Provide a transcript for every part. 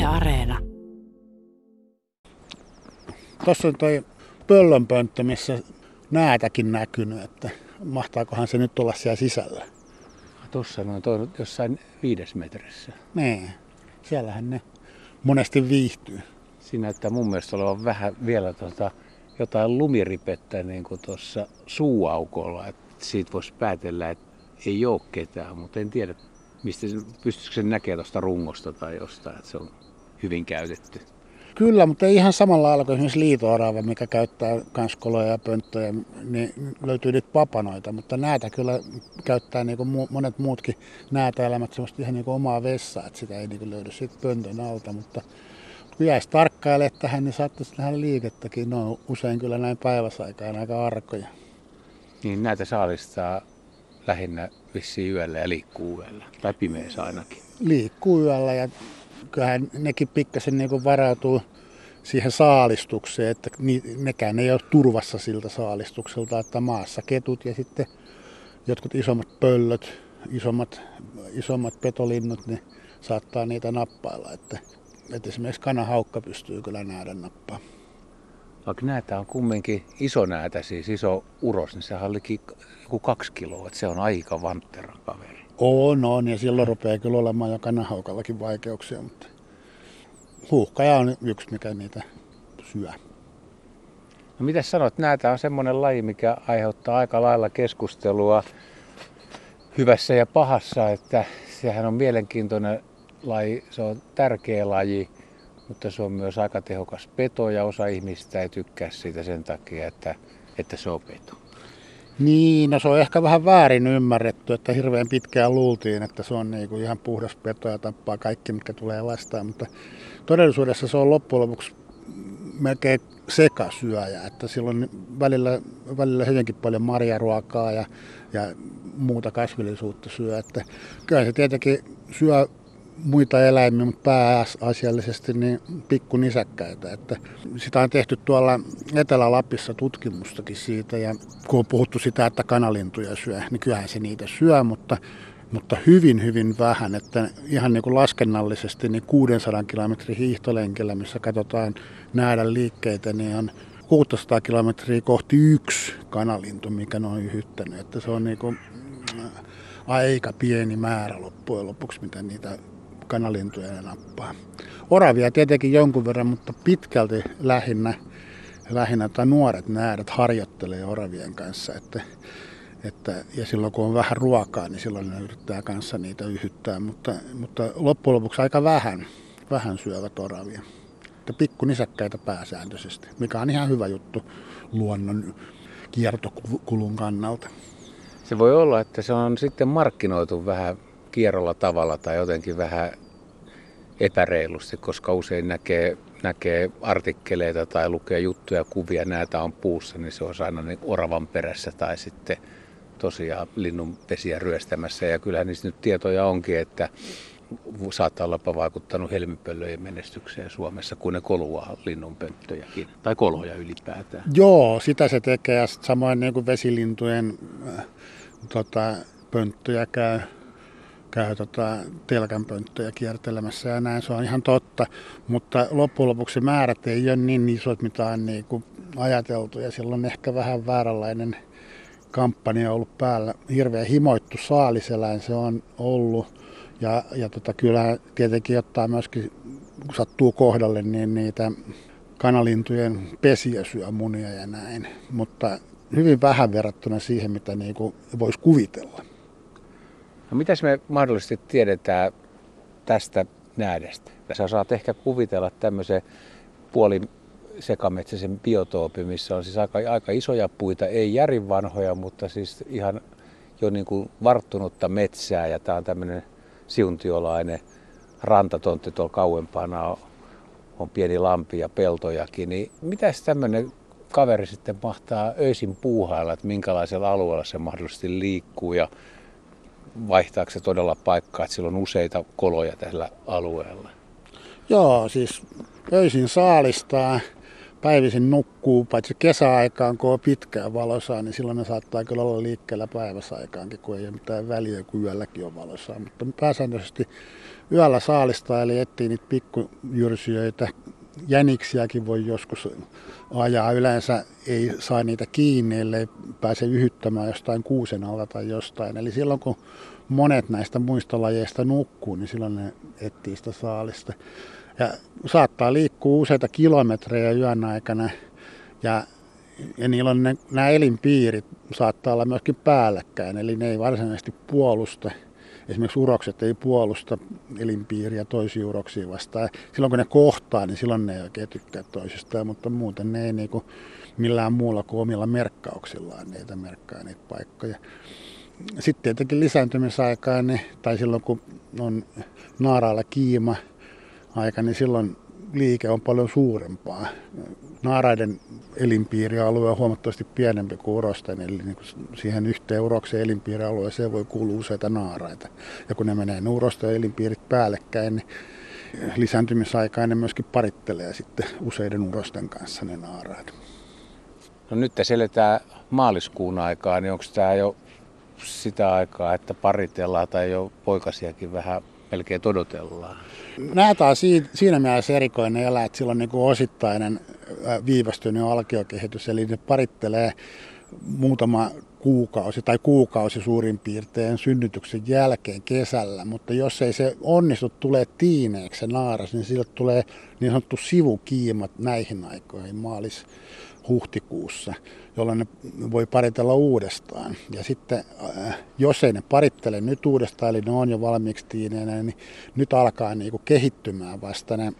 Areena. Tuossa on toi pöllönpönttö, missä näätäkin näkynyt, että mahtaakohan se nyt olla siellä sisällä. Tuossa noin jossain 5 metrissä. Niin, siellähän ne monesti viihtyy. Siinä näyttää mun mielestä olevan vähän vielä jotain lumiripettä niin kuin tuossa suuaukolla. Että siitä voisi päätellä, että ei ole ketään, mutta en tiedä, pystyisikö sen näkemään tuosta rungosta tai jostain, että se on hyvin käytetty. Kyllä, mutta ei ihan samalla lailla kuin esimerkiksi liito-orava, mikä käyttää kanskoloja ja pönttöjä, niin löytyy niitä papanoita, mutta näätä kyllä käyttää niin kuin monet muutkin näätäelämät semmoista ihan niin kuin omaa vessaa, että sitä ei niin kuin löydy siitä pöntön alta, mutta kun jäisi tarkkailemaan tähän, niin saattaisi nähdä liikettäkin. Ne on usein kyllä näin päiväsaikaan aika arkoja. Niin näitä saalistaa lähinnä vissiin yöllä ja liikkuu yöllä, tai pimeässä ainakin. Liikkuu yöllä ja kyllähän nekin pikkasen niin kuin varautuu siihen saalistukseen, että nekään ei ole turvassa siltä saalistukselta, että maassa ketut ja sitten jotkut isommat pöllöt, isommat petolinnut, niin saattaa niitä nappailla, että esimerkiksi kanahaukka pystyy kyllä nähdä nappaa. Vaikka näätä on kumminkin iso näätä, siis iso uros, niin sehän olikin joku 2 kiloa, että se on aika vanttera kaveri. On, ja silloin rupeaa kyllä olemaan jo kanahaukallakin vaikeuksia, mutta huuhkaja on yksi, mikä niitä syö. No mitäs sanot, näätä on semmoinen laji, mikä aiheuttaa aika lailla keskustelua hyvässä ja pahassa, että sehän on mielenkiintoinen laji, se on tärkeä laji, mutta se on myös aika tehokas peto ja osa ihmistä ei tykkää siitä sen takia, että se on peto. Niin, no se on ehkä vähän väärin ymmärretty, että hirveän pitkään luultiin, että se on niinku ihan puhdas peto ja tappaa kaikki, mitkä tulee vastaan, mutta todellisuudessa se on loppujen lopuksi melkein sekasyöjä, että silloin välillä hyvinkin paljon marjaruokaa ja muuta kasvillisuutta syö, että kyllä se tietenkin syö muita eläimiä, mutta pääasiallisesti niin pikkunisäkkäitä. Että sitä on tehty tuolla Etelä-Lapissa tutkimustakin siitä, ja kun on puhuttu sitä, että kanalintuja syö, niin kyllähän se niitä syö, mutta hyvin, hyvin vähän. Että ihan niin kuin laskennallisesti niin 600 kilometrin hiihtolenkillä, missä katsotaan nähdä liikkeitä, niin on 600 kilometriä kohti 1 kanalintu, mikä ne on yhyttänyt. Että se on niin kuin aika pieni määrä loppujen lopuksi, mitä niitä kanalintuja nappaa. Oravia tietenkin jonkun verran, mutta pitkälti lähinnä tai nuoret näädät harjoittelee oravien kanssa. Ja silloin kun on vähän ruokaa, niin silloin ne yrittää kanssa niitä yhyttää, mutta loppujen lopuksi aika vähän syövät oravia. Pikkunisäkkäitä pääsääntöisesti, mikä on ihan hyvä juttu luonnon kiertokulun kannalta. Se voi olla, että se on sitten markkinoitu vähän kierrolla tavalla tai jotenkin vähän epäreilusti, koska usein näkee artikkeleita tai lukee juttuja, kuvia, näitä on puussa, niin se on aina niin oravan perässä tai sitten tosiaan linnunpesiä ryöstämässä. Ja kyllähän niistä nyt tietoja onkin, että saattaa olla vaikuttanut helmipöllöjen menestykseen Suomessa, kun ne koluaa linnunpönttöjäkin, tai koloja ylipäätään. Joo, sitä se tekee, ja samoin niin kuin vesilintujen pönttöjä käy telkänpönttöjä kiertelemässä ja näin, se on ihan totta, mutta loppujen lopuksi määrät ei ole niin isot, mitä on niin kuin ajateltu, ja silloin ehkä vähän vääränlainen kampanja ollut päällä. Hirveän himoittu saaliseläin se on ollut, ja kyllä tietenkin ottaa myöskin, kun sattuu kohdalle, niin niitä kanalintujen pesiä syö munia ja näin, mutta hyvin vähän verrattuna siihen, mitä niin kuin voisi kuvitella. No mitäs me mahdollisesti tiedetään tästä näädästä? Sä saat ehkä kuvitella tämmöisen puolisekametsäisen biotoopin, missä on siis aika isoja puita, ei järin vanhoja, mutta siis ihan jo niin kuin varttunutta metsää. Ja tää on tämmöinen siuntiolainen rantatontti tuolla kauempana, on pieni lampi ja peltojakin. Niin mitäs tämmöinen kaveri sitten mahtaa öisin puuhailla, että minkälaisella alueella se mahdollisesti liikkuu ja vaihtaako se todella paikkaa, että sillä on useita koloja tällä alueella? Joo, siis öisin saalistaa, päivisin nukkuu, paitsi kesäaikaan, kun on pitkään valosaa, niin silloin ne saattaa kyllä olla liikkeellä päiväsaikaankin, kun ei ole mitään väliä, kun yölläkin on valosaa. Mutta pääsääntöisesti yöllä saalistaa, eli etsii niitä pikkujyrsijöitä. Jäniksiäkin voi joskus ajaa. Yleensä ei saa niitä kiinni, ellei pääse yhyttämään jostain kuusen alta tai jostain. Eli silloin kun monet näistä muista lajeista nukkuu, niin silloin ne etsii sitä saalista. Ja saattaa liikkua useita kilometrejä yön aikana. Ja niillä on nämä elinpiirit saattaa olla myöskin päällekkäin, eli ne ei varsinaisesti puolusta. Esimerkiksi urokset ei puolusta elinpiiriä toisia uroksia vastaan. Silloin kun ne kohtaa, niin silloin ne ei oikein tykkää toisistaan, mutta muuten ne ei niinku millään muulla kuin omilla merkkauksillaan niitä merkkaa niitä paikkoja. Sitten tietenkin lisääntymisaikaan, tai silloin kun on naaraalla kiima aika, niin silloin liike on paljon suurempaa. Naaraiden elinpiirialue on huomattavasti pienempi kuin urosten, eli niin siihen yhteen uroksen elinpiirialueeseen voi kuulua useita naaraita. Ja kun ne menee urosten elinpiirit päällekkäin, niin lisääntymisaikaan ne myöskin parittelee sitten useiden urosten kanssa ne naaraat. No nyt tässä eletään maaliskuun aikaa, niin onko tämä jo sitä aikaa, että paritellaan tai jo poikasiakin vähän melkein odotellaan? Nämä taas siinä mielessä erikoinen elää, että sillä on niin kuin osittainen viivästynyt alkiokehitys, eli ne parittelee muutama kuukausi tai kuukausi suurin piirtein synnytyksen jälkeen kesällä, mutta jos ei se onnistu tulee tiineeksi se naaras, niin sille tulee niin sanottu sivukiimat näihin aikoihin maalis-huhtikuussa, jolloin ne voi paritella uudestaan. Ja sitten jos ei ne parittele nyt uudestaan, eli ne on jo valmiiksi tiineenä, niin nyt alkaa niin kuin kehittymään vasta ne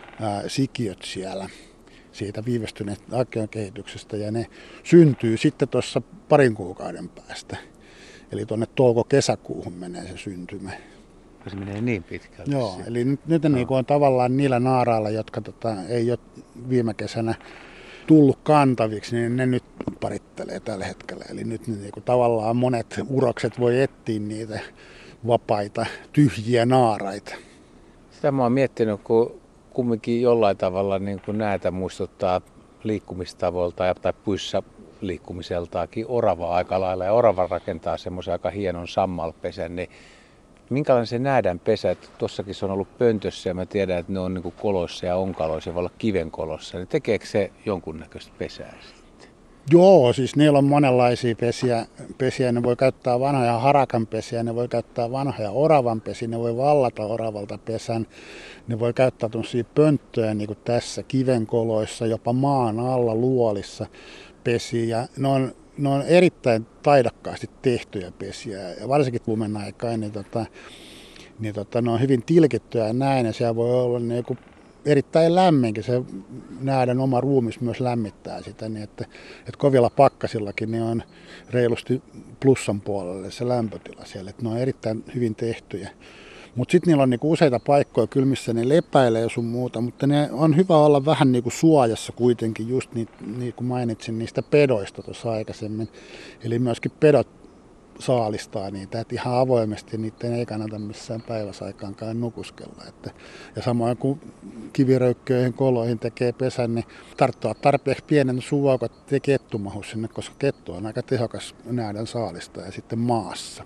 sikiöt siellä siitä viivästyneestä alkion kehityksestä, ja ne syntyy sitten tuossa parin kuukauden päästä. Eli tuonne touko-kesäkuuhun menee se syntymä. Se menee niin pitkälti. Joo, eli nyt on, niin on tavallaan niillä naarailla, jotka ei ole viime kesänä tullut kantaviksi, niin ne nyt parittelee tällä hetkellä. Eli nyt niin kuin tavallaan monet urokset voi etsiä niitä vapaita, tyhjiä naaraita. Sitä mä oon miettinyt, kun kumminkin jollain tavalla niin kuin näitä muistuttaa liikkumistavoilta tai puissa liikkumiseltaakin oravaa aika lailla. Ja orava rakentaa semmoisen aika hienon sammalpesän, niin minkälainen se näädän pesä? Tuossakin se on ollut pöntössä ja mä tiedän, että ne on niin kuin koloissa ja onkaloissa ja voi olla kivenkolossa. Niin tekeekö se jonkunnäköistä pesää sitten? Joo, siis niillä on monenlaisia pesiä. Ne voi käyttää vanhoja harakan pesiä, ne voi käyttää vanhoja oravan pesiä, ne voi vallata oravalta pesän. Ne voi käyttää tuollaisia pönttöjä niin kuin tässä kivenkoloissa, jopa maan alla luolissa pesiä. Ne on erittäin taidokkaasti tehtyjä pesiä ja varsinkin lumen aikaan ne on hyvin tilkittyjä ja näin, ja siellä voi olla niin erittäin lämminkin. Se näädän oma ruumis myös lämmittää sitä, niin että kovilla pakkasillakin ne on reilusti plussan puolelle se lämpötila siellä, että ne on erittäin hyvin tehtyjä. Mutta sitten niillä on niinku useita paikkoja kyllä, missä ne lepäilee sun muuta, mutta ne on hyvä olla vähän niinku suojassa kuitenkin, just niin kuin mainitsin niistä pedoista tuossa aikaisemmin. Eli myöskin pedot saalistaa niitä, että ihan avoimesti niiden ei kannata missään päiväsaikaankaan nukuskella. Ja samoin kuin kiviröykköihin koloihin tekee pesän, niin tarttua tarpeeksi pienen suuaukon, ettei kettu mahu sinne, koska kettu on aika tehokas näädän saalistaja sitten maassa.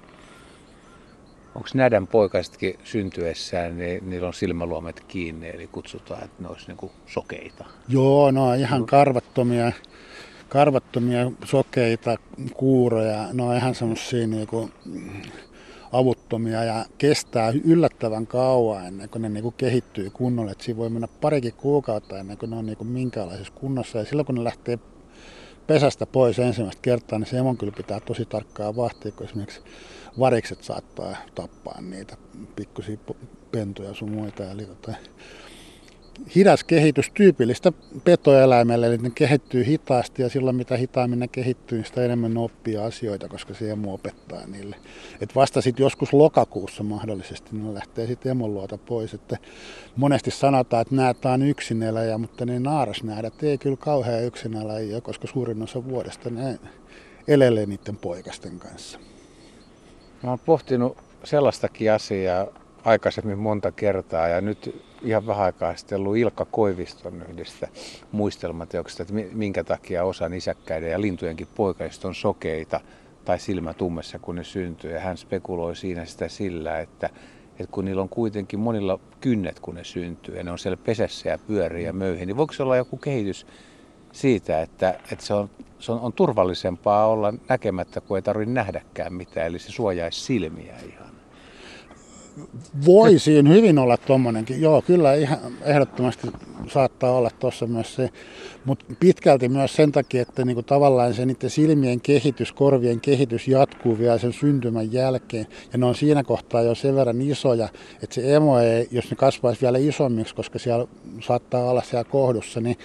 Onko näädän poikasetkin syntyessään, niin niillä on silmäluomet kiinni, eli kutsutaan, että ne olisi niin kuin sokeita? Joo, ne on ihan karvattomia sokeita kuuroja. Ne on ihan semmoisia niinku avuttomia ja kestää yllättävän kauan ennen kuin ne niinku kehittyy kunnolla. Et siinä voi mennä parikin kuukautta ennen kuin ne on niinku minkäänlaisessa kunnossa. Ja silloin kun ne lähtee pesästä pois ensimmäistä kertaa, niin se emon kyllä pitää tosi tarkkaan vahtia, kun esimerkiksi varikset saattaa tappaa niitä pikkusia pentuja sun muita. Eli hidas kehitys tyypillistä petoeläimelle, eli ne kehittyy hitaasti ja silloin mitä hitaammin ne kehittyy, niin sitä enemmän ne oppii asioita, koska se emu opettaa niille. Et vasta sitten joskus lokakuussa mahdollisesti ne lähtee sitten emon luota pois. Että monesti sanotaan, että näätä on yksineläjä, mutta ne naarasnäädät ei kyllä kauhean yksinäläjiä, koska suurin osa vuodesta ne elelee niiden poikasten kanssa. Mä oon pohtinut sellaistakin asiaa aikaisemmin monta kertaa ja nyt ihan vähän aikaa sitten ollut Ilkka Koiviston yhdestä muistelmateoksesta, että minkä takia osa nisäkkäiden ja lintujenkin poikaista on sokeita tai silmät ummessa kun ne syntyy. Ja hän spekuloi siinä sitä sillä, että että kun niillä on kuitenkin monilla kynnet, kun ne syntyy ja ne on siellä pesässä ja pyörii ja möyhii, niin voiko se olla joku kehitys siitä, että on turvallisempaa olla näkemättä, kun ei tarvitse nähdäkään mitään, eli se suojaisi silmiä ihan? Voi siinä hyvin olla tommonenkin. Joo, kyllä ihan ehdottomasti saattaa olla tuossa myös se, mutta pitkälti myös sen takia, että niinku tavallaan se niiden silmien kehitys, korvien kehitys jatkuu vielä sen syntymän jälkeen. Ja ne on siinä kohtaa jo sen verran isoja, että se emo ei, jos ne kasvaisi vielä isommiksi, koska siellä saattaa olla siellä kohdussa, niin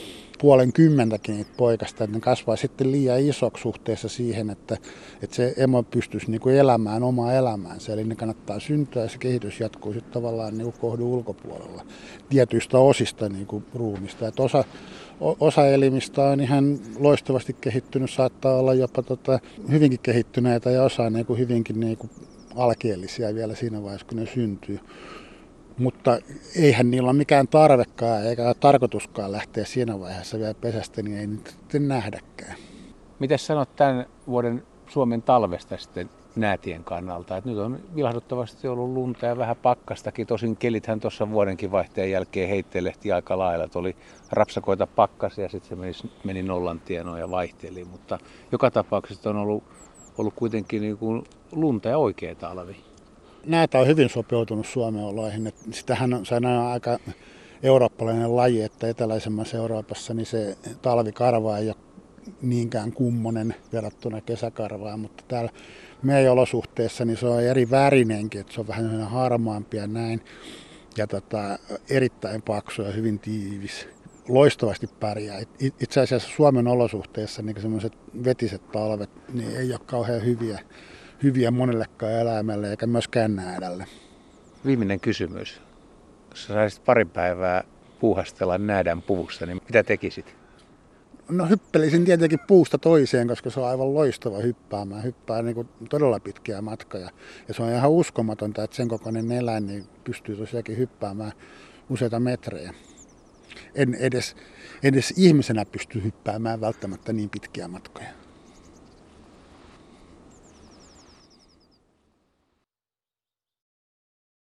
90 niitä poikasta, että ne kasvaa sitten liian isoksi suhteessa siihen, että se emo pystyisi niinku elämään omaa elämäänsä. Eli ne kannattaa syntyä ja se kehitys jatkuu sitten tavallaan niinku kohdun ulkopuolella tietyistä osista niinku ruumista. Et osa elimistä on ihan loistavasti kehittynyt, saattaa olla jopa hyvinkin kehittyneitä ja osa niinku hyvinkin niinku alkeellisia vielä siinä vaiheessa, kun ne syntyy. Mutta eihän niillä ole mikään tarvekaan eikä tarkoituskaan lähteä siinä vaiheessa vielä pesästä, niin ei niitä sitten nähdäkään. Miten sanot tämän vuoden Suomen talvesta sitten näätien kannalta? Et nyt on vilahduttavasti ollut lunta ja vähän pakkastakin. Tosin kelithän tuossa vuodenkin vaihteen jälkeen heittelehti aika lailla. Et oli rapsakoita pakkasia ja sitten se meni nollan tienoon ja vaihteli. Mutta joka tapauksessa on ollut kuitenkin niin kuin lunta ja oikea talvi. Näitä on hyvin sopeutunut Suomen oloihin. Sitähän on aika eurooppalainen laji, että eteläisemmässä Euroopassa niin se talvikarva ei ole niinkään kummonen verrattuna kesäkarvaan, mutta täällä meidän olosuhteessa niin se on eri värinenkin, että se on vähän harmaampi ja näin. Ja erittäin paksu ja hyvin tiivis. Loistavasti pärjää. Itse asiassa Suomen olosuhteessa niin sellaiset vetiset talvet niin ei ole kauhean hyviä monellekaan eläimelle eikä myöskään näädälle. Viimeinen kysymys. Jos saisit pari päivää puuhastella näädän puvussa, niin mitä tekisit? No hyppelisin tietenkin puusta toiseen, koska se on aivan loistava hyppäämään. Hyppää niin kuin todella pitkiä matkoja. Ja se on ihan uskomatonta, että sen kokoinen eläin niin pystyy tosiaankin hyppäämään useita metrejä. En edes ihmisenä pysty hyppäämään välttämättä niin pitkiä matkoja.